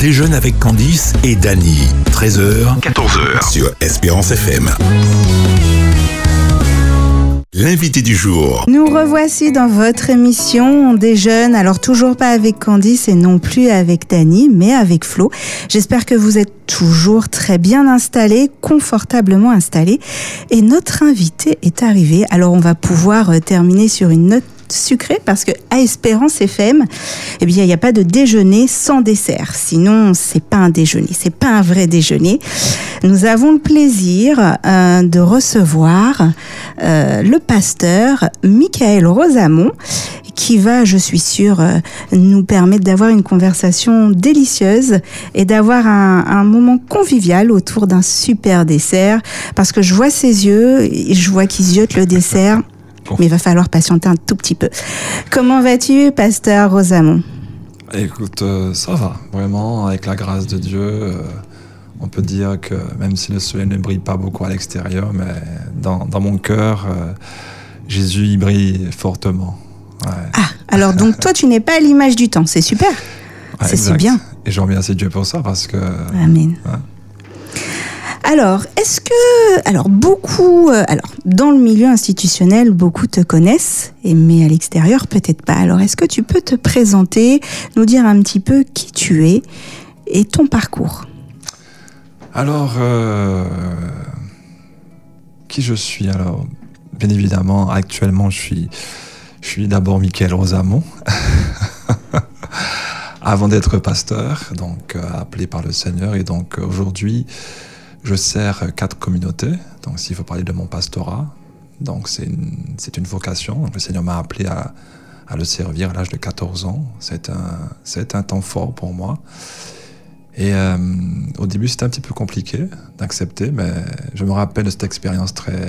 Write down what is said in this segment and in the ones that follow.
Déjeune avec Candice et Dany. 13h, 14h sur Espérance FM. L'invité du jour. Nous revoici dans votre émission On déjeune, alors toujours pas avec Candice et non plus avec Dany, mais avec Flo. J'espère que vous êtes toujours très bien installés, confortablement installés. Et notre invité est arrivé. Alors on va pouvoir terminer sur une note sucrée parce que à Espérance FM, eh bien il n'y a pas de déjeuner sans dessert. Sinon c'est pas un déjeuner, c'est pas un vrai déjeuner. Nous avons le plaisir de recevoir le pasteur Michael Rosamond qui va, je suis sûre, nous permettre d'avoir une conversation délicieuse et d'avoir un moment convivial autour d'un super dessert parce que je vois ses yeux, je vois qu'il ziote le dessert. Mais il va falloir patienter un tout petit peu. Comment vas-tu, pasteur Rosamond ? Écoute, ça va, vraiment, avec la grâce de Dieu. On peut dire que même si le soleil ne brille pas beaucoup à l'extérieur, mais dans mon cœur, Jésus y brille fortement. Ouais. Ah, alors donc toi, tu n'es pas à l'image du temps, c'est super. Ouais, c'est bien. Et je remercie Dieu pour ça parce que... Amen. Ouais. Alors, beaucoup, dans le milieu institutionnel, beaucoup te connaissent, mais à l'extérieur, peut-être pas. Alors, est-ce que tu peux te présenter, nous dire un petit peu qui tu es et ton parcours ? Alors, qui je suis ? Alors, bien évidemment, actuellement, je suis d'abord Michael Rosamond, avant d'être pasteur, donc appelé par le Seigneur, et donc aujourd'hui, je sers 4 communautés, donc s'il faut parler de mon pastorat, donc c'est une vocation. Donc, le Seigneur m'a appelé à le servir à l'âge de 14 ans. C'est un temps fort pour moi. Et au début, c'était un petit peu compliqué d'accepter, mais je me rappelle de cette expérience très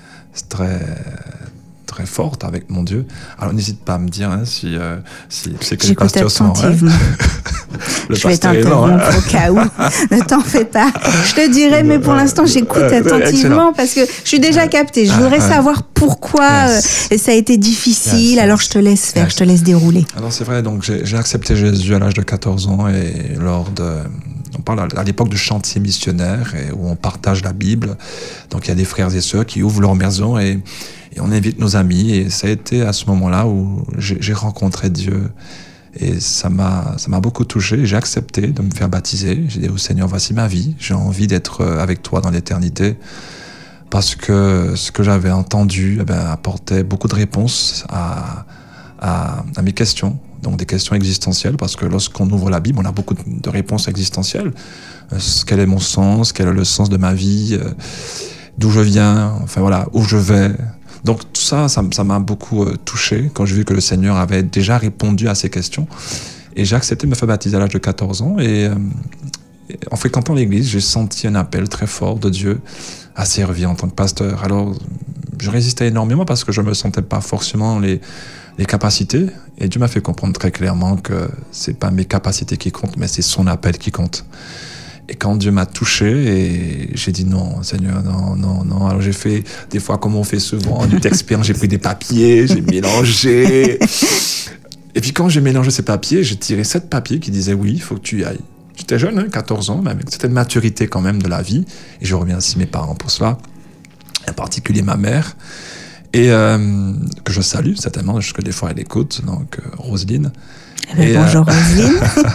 forte avec mon Dieu. Alors n'hésite pas à me dire si c'est que les pasteurs sont... Je vais t'interrompre au cas où. Ne t'en fais pas. Je te dirai, mais pour l'instant, j'écoute attentivement parce que je suis déjà captée. Je voudrais savoir pourquoi ça a été difficile. Alors je te laisse faire, je te laisse dérouler. Alors c'est vrai, donc j'ai accepté Jésus à l'âge de 14 ans et on parle à l'époque de chantier missionnaire où on partage la Bible. Donc il y a des frères et sœurs qui ouvrent leur maison et on invite nos amis. Et ça a été à ce moment-là où j'ai rencontré Dieu. Et ça m'a beaucoup touché. J'ai accepté de me faire baptiser. J'ai dit au Seigneur, voici ma vie. J'ai envie d'être avec toi dans l'éternité. Parce que ce que j'avais entendu apportait beaucoup de réponses à mes questions. Donc des questions existentielles. Parce que lorsqu'on ouvre la Bible, on a beaucoup de réponses existentielles. Quel est mon sens ? Quel est le sens de ma vie ? D'où je viens ? Enfin voilà, où je vais ? Donc tout ça m'a beaucoup touché quand j'ai vu que le Seigneur avait déjà répondu à ces questions. Et j'ai accepté de me faire baptiser à l'âge de 14 ans. Et en fréquentant l'église, j'ai senti un appel très fort de Dieu à servir en tant que pasteur. Alors je résistais énormément parce que je ne me sentais pas forcément les capacités. Et Dieu m'a fait comprendre très clairement que ce n'est pas mes capacités qui comptent, mais c'est son appel qui compte. Et quand Dieu m'a touché, et j'ai dit non, Seigneur, non. Alors j'ai fait des fois comme on fait souvent, du expérience, j'ai pris des papiers, j'ai mélangé. Et puis quand j'ai mélangé ces papiers, j'ai tiré 7 papiers qui disaient oui, il faut que tu y ailles. J'étais jeune, 14 ans, mais avec cette maturité quand même de la vie. Et je remercie mes parents pour cela, en particulier ma mère. Et que je salue certainement, parce que des fois elle écoute, donc Roselyne. Bonjour Roselyne.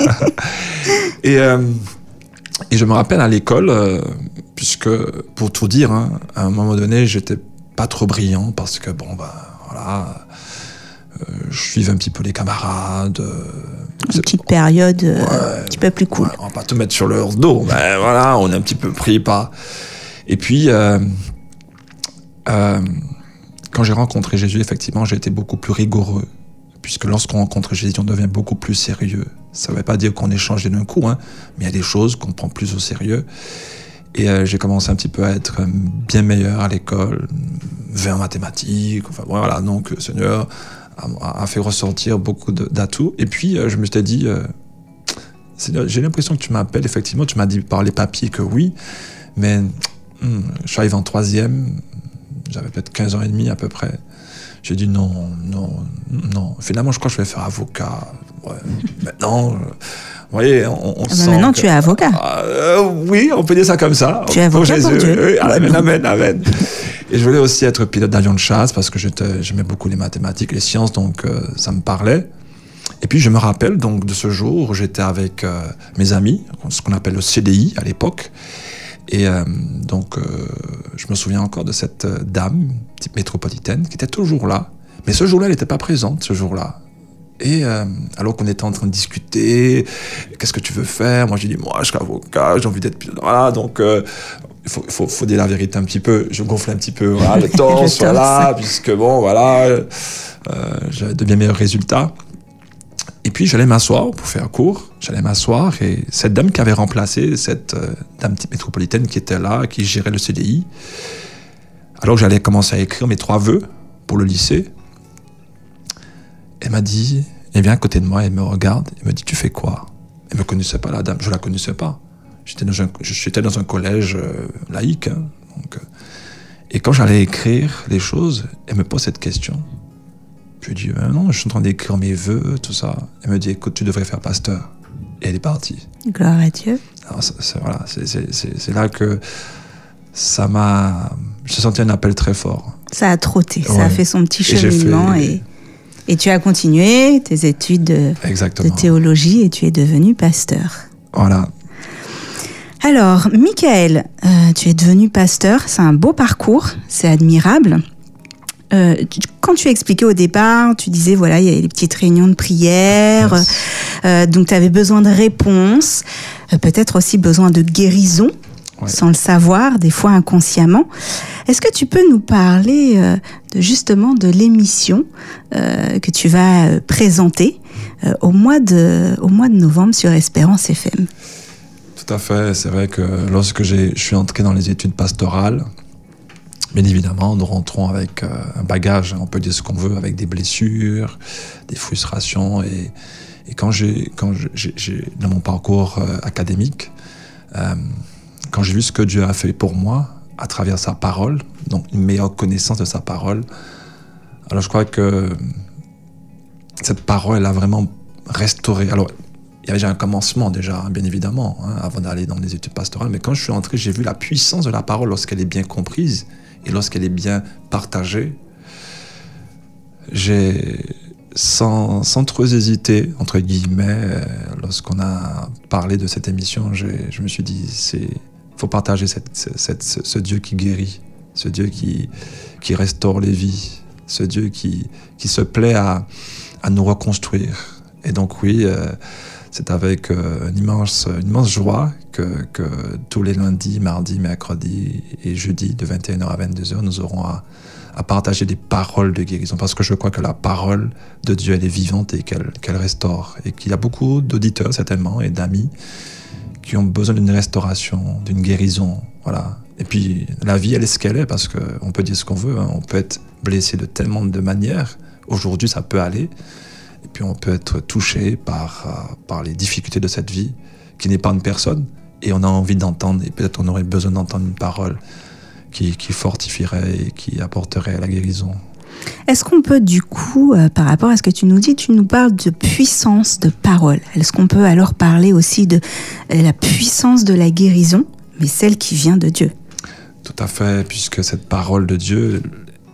Et je me rappelle à l'école, puisque pour tout dire, à un moment donné, j'étais pas trop brillant parce que je suivais un petit peu les camarades. Une petite période un petit peu plus cool. Ouais, on va pas te mettre sur leur dos, mais voilà, on est un petit peu pris par. Et puis, quand j'ai rencontré Jésus, effectivement, j'ai été beaucoup plus rigoureux. Puisque lorsqu'on rencontre Jésus, on devient beaucoup plus sérieux. Ça ne veut pas dire qu'on est changé d'un coup, mais il y a des choses qu'on prend plus au sérieux. Et j'ai commencé un petit peu à être bien meilleur à l'école, vers mathématiques. Enfin voilà, donc le Seigneur a fait ressortir beaucoup d'atouts. Et puis je me suis dit, Seigneur, j'ai l'impression que tu m'appelles. Effectivement, tu m'as dit par les papiers que oui, mais je suis arrivé en 3e, j'avais peut-être 15 ans et demi à peu près. J'ai dit non. Finalement, je crois que je vais faire avocat. Ouais. Maintenant, voyez, on sent maintenant, tu es avocat. Oui, on peut dire ça comme ça. Tu es avocat pour Dieu. Amen. Et je voulais aussi être pilote d'avion de chasse parce que j'aimais beaucoup les mathématiques, les sciences, donc ça me parlait. Et puis je me rappelle donc de ce jour où j'étais avec mes amis, ce qu'on appelle le CDI à l'époque. Et donc je me souviens encore de cette dame, type métropolitaine, qui était toujours là. Mais ce jour-là, elle n'était pas présente, ce jour-là. Et alors qu'on était en train de discuter, qu'est-ce que tu veux faire? Moi, j'ai dit, moi, je suis avocat, j'ai envie d'être pilote. Voilà, donc il faut dire la vérité un petit peu. Je gonflais un petit peu le torse, voilà, puisque bon, voilà, j'avais de bien meilleurs résultats. Et puis, j'allais m'asseoir pour faire court. J'allais m'asseoir et cette dame qui avait remplacé cette dame métropolitaine qui était là, qui gérait le CDI, alors que j'allais commencer à écrire mes 3 vœux pour le lycée, elle m'a dit, elle vient à côté de moi, elle me regarde, elle me dit, tu fais quoi? Elle me connaissait pas, la dame, je la connaissais pas. J'étais dans un collège laïque. Hein, donc, et quand j'allais écrire les choses, elle me pose cette question. Je lui dis, non, je suis en train d'écrire mes vœux, tout ça. Elle me dit, écoute, tu devrais faire pasteur. Et elle est partie. Gloire à Dieu. Alors, c'est là que ça m'a... J'ai senti un appel très fort. Ça a trotté, ça a fait son petit cheminement et tu as continué tes études de théologie et tu es devenu pasteur. Voilà. Alors, Michael, tu es devenu pasteur, c'est un beau parcours, c'est admirable. Quand tu expliquais au départ, tu disais, voilà, il y a les petites réunions de prière, donc tu avais besoin de réponses, peut-être aussi besoin de guérison, sans le savoir, des fois inconsciemment. Est-ce que tu peux nous parler justement de l'émission que tu vas présenter au mois de novembre sur Espérance FM? Tout à fait, c'est vrai que lorsque je suis entré dans les études pastorales, bien évidemment, nous rentrons avec un bagage, on peut dire ce qu'on veut, avec des blessures, des frustrations. Et quand j'ai dans mon parcours académique, quand j'ai vu ce que Dieu a fait pour moi à travers sa parole, donc une meilleure connaissance de sa parole, alors je crois que cette parole, elle a vraiment restauré. Alors, il y avait déjà un commencement déjà, bien évidemment, avant d'aller dans les études pastorales, mais quand je suis entré, j'ai vu la puissance de la parole lorsqu'elle est bien comprise et lorsqu'elle est bien partagée. J'ai, sans trop hésiter, entre guillemets, lorsqu'on a parlé de cette émission, je me suis dit, faut partager ce Dieu qui guérit, ce Dieu qui restaure les vies, ce Dieu qui se plaît à nous reconstruire. Et donc oui, c'est avec une immense joie que tous les lundis, mardis, mercredis et jeudis de 21h à 22h, nous aurons à partager des paroles de guérison. Parce que je crois que la parole de Dieu, elle est vivante et qu'elle restaure. Et qu'il y a beaucoup d'auditeurs, certainement, et d'amis qui ont besoin d'une restauration, d'une guérison. Voilà. Et puis, la vie, elle est ce qu'elle est, parce qu'on peut dire ce qu'on veut. Hein. On peut être blessé de tellement de manières. Aujourd'hui, ça peut aller. Et puis on peut être touché par les difficultés de cette vie qui n'épargne personne. Et on a envie d'entendre, et peut-être on aurait besoin d'entendre une parole qui fortifierait et qui apporterait la guérison. Est-ce qu'on peut du coup, par rapport à ce que tu nous dis, tu nous parles de puissance de parole. Est-ce qu'on peut alors parler aussi de la puissance de la guérison, mais celle qui vient de Dieu? Tout à fait, puisque cette parole de Dieu,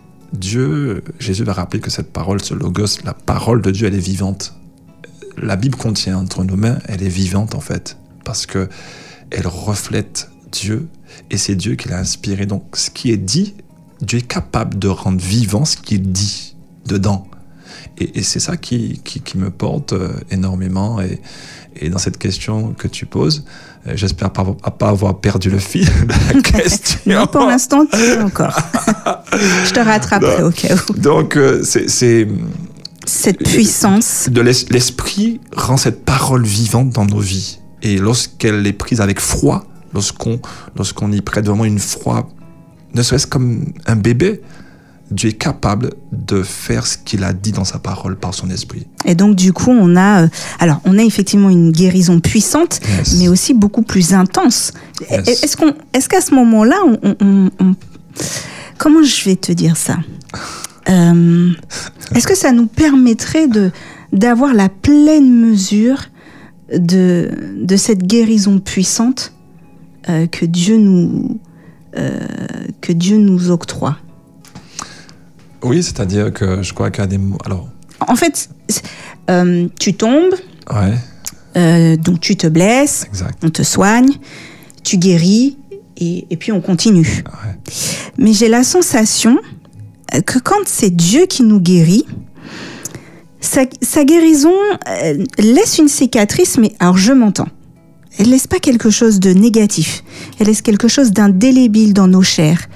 Jésus va rappeler que cette parole, ce logos, la parole de Dieu, elle est vivante. La Bible contient entre nos mains, elle est vivante en fait, parce que elle reflète Dieu, et c'est Dieu qui l'a inspiré. Donc ce qui est dit, Dieu est capable de rendre vivant ce qui est dit dedans. Et c'est ça qui me porte énormément. Et dans cette question que tu poses, j'espère pas avoir perdu le fil de la question. Non, pour l'instant, tu es encore. Je te rattraperai au cas où. Donc, c'est cette puissance. L'esprit rend cette parole vivante dans nos vies. Et lorsqu'elle est prise avec froid, lorsqu'on y prête vraiment une foi, ne serait-ce comme un bébé, Dieu est capable de faire ce qu'il a dit dans sa parole par son esprit. Et donc du coup, on a effectivement une guérison puissante, yes, mais aussi beaucoup plus intense. Yes. Est-ce qu'à ce moment-là, comment je vais te dire ça? Est-ce que ça nous permettrait d'avoir la pleine mesure de cette guérison puissante que Dieu nous octroie. Oui, c'est-à-dire que je crois qu'il y a des mots... Alors... En fait, tu tombes, donc tu te blesses, exact. On te soigne, tu guéris, et puis on continue. Ouais. Mais j'ai la sensation que quand c'est Dieu qui nous guérit, sa guérison laisse une cicatrice, mais alors je m'entends. Elle laisse pas quelque chose de négatif. Elle laisse quelque chose d'indélébile dans nos chairs.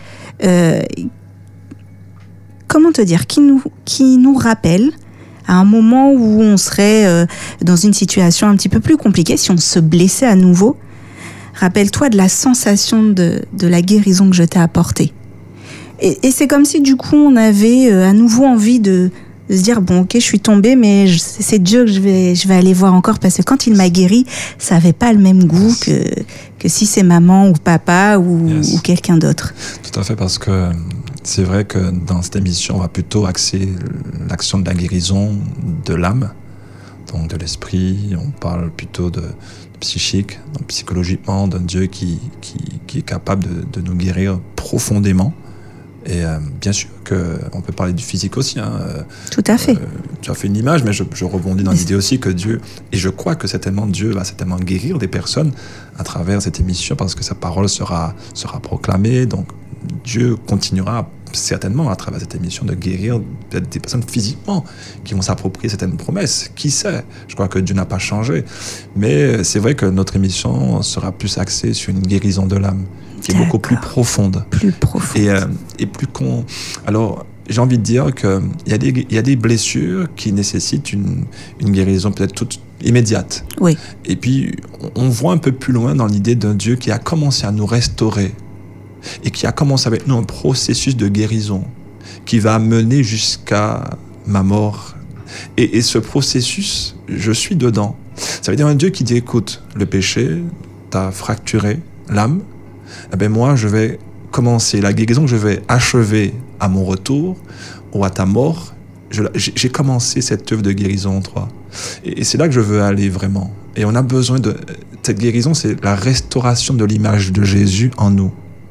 Comment te dire, qui nous rappelle à un moment où on serait dans une situation un petit peu plus compliquée, si on se blessait à nouveau, rappelle-toi de la sensation de la guérison que je t'ai apportée. Et c'est comme si du coup on avait à nouveau envie de se dire bon ok je suis tombée mais c'est Dieu que je vais aller voir encore parce que quand il m'a guéri ça avait pas le même goût que si c'est maman ou papa ou quelqu'un d'autre. Tout à fait, parce que c'est vrai que dans cette émission on va plutôt axer l'action de la guérison de l'âme, donc de l'esprit. On parle plutôt de psychique, donc psychologiquement d'un Dieu qui est capable de nous guérir profondément. Et bien sûr qu'on peut parler du physique aussi. Tout à fait. Tu as fait une image, mais je rebondis dans l'idée aussi que Dieu, et je crois que certainement Dieu va certainement guérir des personnes à travers cette émission parce que sa parole sera proclamée. Donc Dieu continuera certainement à travers cette émission de guérir peut-être des personnes physiquement qui vont s'approprier certaines promesses. Qui sait? Je crois que Dieu n'a pas changé. Mais c'est vrai que notre émission sera plus axée sur une guérison de l'âme qui est beaucoup plus profonde. Plus profonde. Et plus con. Alors, j'ai envie de dire qu'il y a des blessures qui nécessitent une guérison peut-être toute immédiate. Oui. Et puis, on voit un peu plus loin dans l'idée d'un Dieu qui a commencé à nous restaurer et qui a commencé avec nous un processus de guérison qui va mener jusqu'à ma mort. Et ce processus, je suis dedans. Ça veut dire un Dieu qui dit, écoute, le péché t'a fracturé l'âme, eh bien moi, je vais commencer la guérison que je vais achever à mon retour ou à ta mort. J'ai commencé cette œuvre de guérison en toi. Et c'est là que je veux aller vraiment. Et on a besoin de... Cette guérison, c'est la restauration de l'image de Jésus en nous.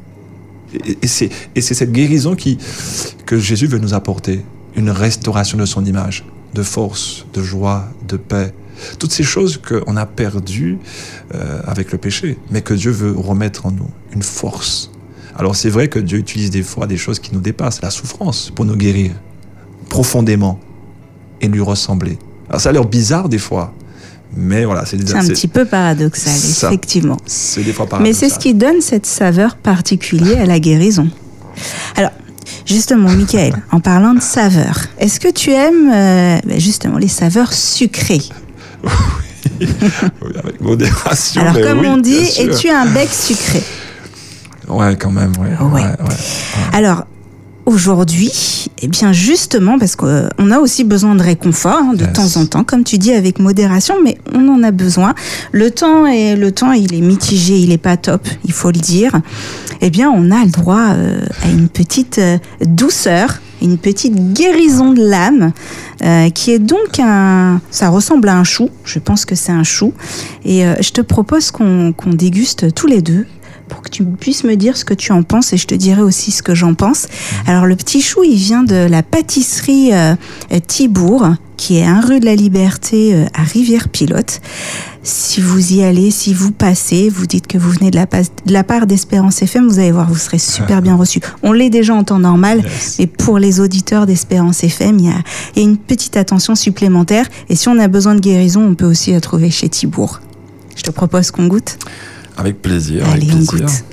Et c'est cette guérison que Jésus veut nous apporter. Une restauration de son image, de force, de joie, de paix. Toutes ces choses qu'on a perdues avec le péché, mais que Dieu veut remettre en nous. Une force. Alors c'est vrai que Dieu utilise des fois des choses qui nous dépassent, la souffrance, pour nous guérir profondément et lui ressembler. Alors ça a l'air bizarre des fois, mais voilà. C'est un petit peu paradoxal, effectivement. C'est des fois paradoxal. Mais c'est ce qui donne cette saveur particulière à la guérison. Alors, justement, Michael, en parlant de saveur, est-ce que tu aimes justement les saveurs sucrées? Oui, avec modération. Alors, comme oui, on dit, es-tu un bec sucré? Ouais, quand même, ouais. Alors, aujourd'hui, eh bien justement, parce qu'on a aussi besoin de réconfort de temps en temps, comme tu dis, avec modération, mais on en a besoin. Le temps, il est mitigé, il est pas top, il faut le dire. Eh bien, on a le droit à une petite douceur, une petite guérison de l'âme, qui est donc ça ressemble à un chou. Je pense que c'est un chou. Et je te propose qu'on déguste tous les deux, pour que tu puisses me dire ce que tu en penses et je te dirai aussi ce que j'en pense. Alors le petit chou, il vient de la pâtisserie Thibourg, qui est 1 rue de la Liberté à Rivière-Pilote. Si vous y allez, si vous passez, vous dites que vous venez de la part d'Espérance FM, vous allez voir, vous serez super bien reçus. On l'est déjà en temps normal, mais pour les auditeurs d'Espérance FM, il y a une petite attention supplémentaire. Et si on a besoin de guérison, on peut aussi la trouver chez Thibourg. Je te propose qu'on goûte. Avec plaisir. Allez, avec plaisir. On goûte.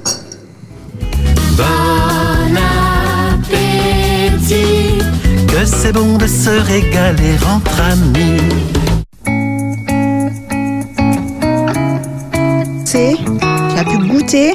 Bon appétit, que c'est bon de se régaler entre amis. Tu as pu goûter.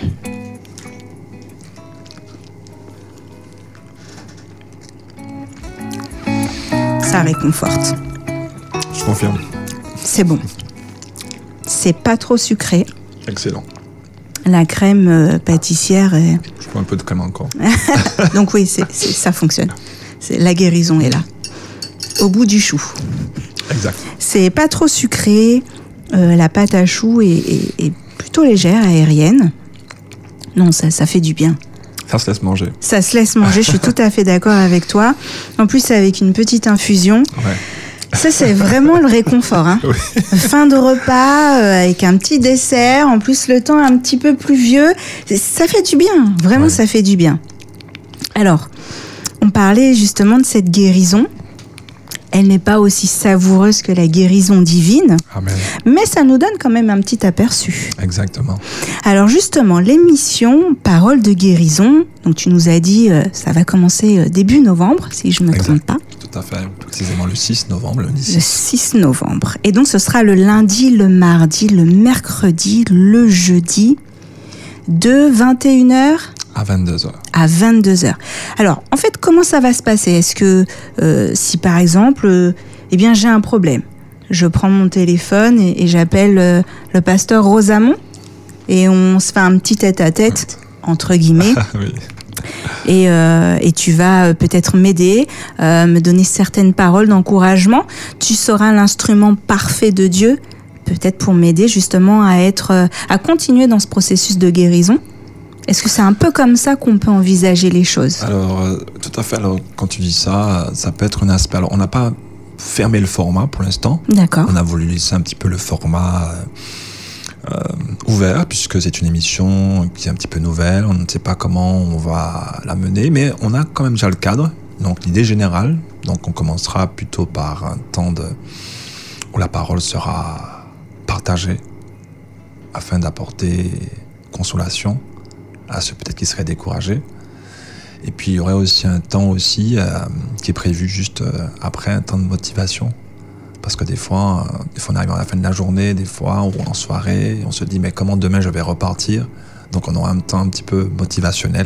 Ça réconforte. Je confirme. C'est bon. C'est pas trop sucré. Excellent. La crème pâtissière est... Je prends un peu de crème encore. Donc oui, ça fonctionne. La guérison est là. Au bout du chou. Exact. C'est pas trop sucré. la pâte à choux est plutôt légère, aérienne. Non, ça fait du bien. Ça se laisse manger. Ça se laisse manger, je suis tout à fait d'accord avec toi. En plus, avec une petite infusion. Ouais. Ça, c'est vraiment le réconfort. Hein. Oui. Fin de repas, avec un petit dessert, en plus le temps un petit peu pluvieux. Ça fait du bien, vraiment, ça fait du bien. Alors, on parlait justement de cette guérison. Elle n'est pas aussi savoureuse que la guérison divine, Amen. mais ça nous donne quand même un petit aperçu. Exactement. Alors justement, l'émission Parole de guérison, donc tu nous as dit, ça va commencer début novembre, si je ne me trompe pas. Tout à fait, précisément le 6 novembre, lundi 6. Le 6 novembre. Et donc ce sera le lundi, le mardi, le mercredi, le jeudi, de 21h à 22h. À 22h. Alors, en fait, comment ça va se passer ? Est-ce que si par exemple, eh bien j'ai un problème, je prends mon téléphone et j'appelle le pasteur Rosamond et on se fait un petit tête-à-tête, entre guillemets. Oui. Et tu vas peut-être m'aider, me donner certaines paroles d'encouragement. Tu seras l'instrument parfait de Dieu, peut-être pour m'aider justement à continuer dans ce processus de guérison. Est-ce que c'est un peu comme ça qu'on peut envisager les choses ? Alors, tout à fait. Alors, quand tu dis ça, ça peut être un aspect. Alors, on n'a pas fermé le format pour l'instant. D'accord. On a voulu laisser un petit peu le format ouvert, puisque c'est une émission qui est un petit peu nouvelle. On ne sait pas comment on va la mener, mais on a quand même déjà le cadre. Donc, l'idée générale. Donc, on commencera plutôt par un temps où la parole sera partagée afin d'apporter consolation à ceux peut-être qui seraient découragés. Et puis il y aurait aussi un temps aussi qui est prévu juste après, un temps de motivation. Parce que des fois on arrive à la fin de la journée, des fois ou en soirée, on se dit mais comment demain je vais repartir ? Donc on aura un temps un petit peu motivationnel.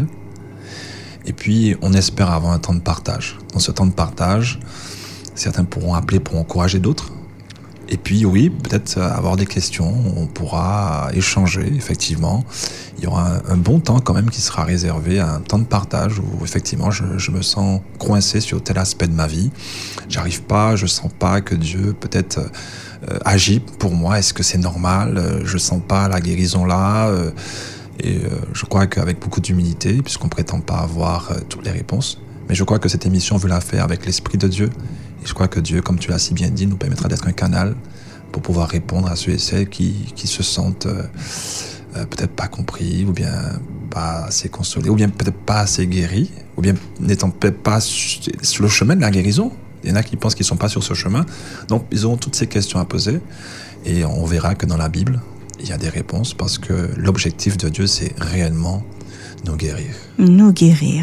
Et puis on espère avoir un temps de partage. Dans ce temps de partage, certains pourront appeler pour encourager d'autres. Et puis oui, peut-être avoir des questions, on pourra échanger, effectivement. Il y aura un bon temps quand même qui sera réservé à un temps de partage où effectivement je me sens coincé sur tel aspect de ma vie. J'arrive pas, je sens pas que Dieu peut-être agit pour moi. Est-ce que c'est normal ? Je sens pas la guérison là. Et je crois qu'avec beaucoup d'humilité, puisqu'on prétend pas avoir toutes les réponses, mais je crois que cette émission veut la faire avec l'Esprit de Dieu. Et je crois que Dieu, comme tu l'as si bien dit, nous permettra d'être un canal pour pouvoir répondre à ceux et celles qui se sentent peut-être pas compris, ou bien pas assez consolés, ou bien peut-être pas assez guéris, ou bien n'étant peut-être pas sur le chemin de la guérison. Il y en a qui pensent qu'ils ne sont pas sur ce chemin. Donc, ils auront toutes ces questions à poser. Et on verra que dans la Bible, il y a des réponses, parce que l'objectif de Dieu, c'est réellement nous guérir. Nous guérir.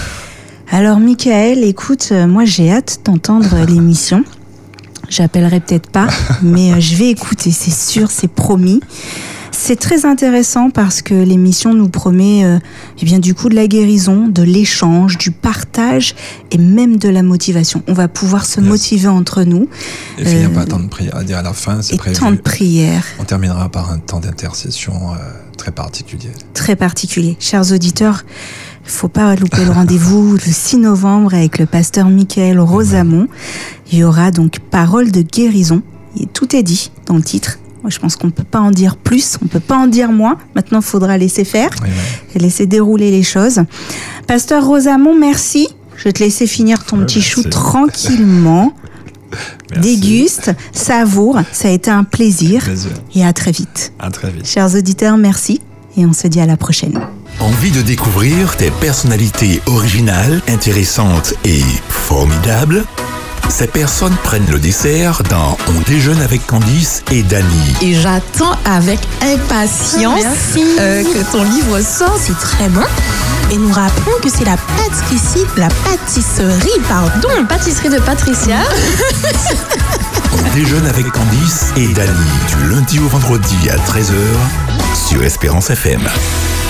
Alors, Michael, écoute, moi, j'ai hâte d'entendre l'émission. J'appellerai peut-être pas, mais je vais écouter, c'est sûr, c'est promis. C'est très intéressant parce que l'émission nous promet eh bien, du coup de la guérison, de l'échange, du partage et même de la motivation. On va pouvoir se motiver entre nous. Et puis il n'y a pas tant de prière à dire à la fin, c'est prévu. Temps de prière. On terminera par un temps d'intercession très particulier. Très particulier. Chers auditeurs, il ne faut pas louper le rendez-vous le 6 novembre avec le pasteur Michael Rosamond. Il y aura donc parole de guérison. Et tout est dit dans le titre. Moi, je pense qu'on ne peut pas en dire plus, on ne peut pas en dire moins. Maintenant, il faudra laisser faire et laisser dérouler les choses. Pasteur Rosamond, merci. Je vais te laisser finir ton petit chou tranquillement. Merci. Déguste, savoure. Ça a été un plaisir. Et à très vite. À très vite. Chers auditeurs, merci. Et on se dit à la prochaine. Envie de découvrir des personnalités originales, intéressantes et formidables ? Ces personnes prennent le dessert dans On déjeune avec Candice et Dany. Et j'attends avec impatience que ton livre sorte, c'est très bon. Et nous rappelons que c'est la pâtisserie de Patricia. On déjeune avec Candice et Dany, du lundi au vendredi à 13h sur Espérance FM.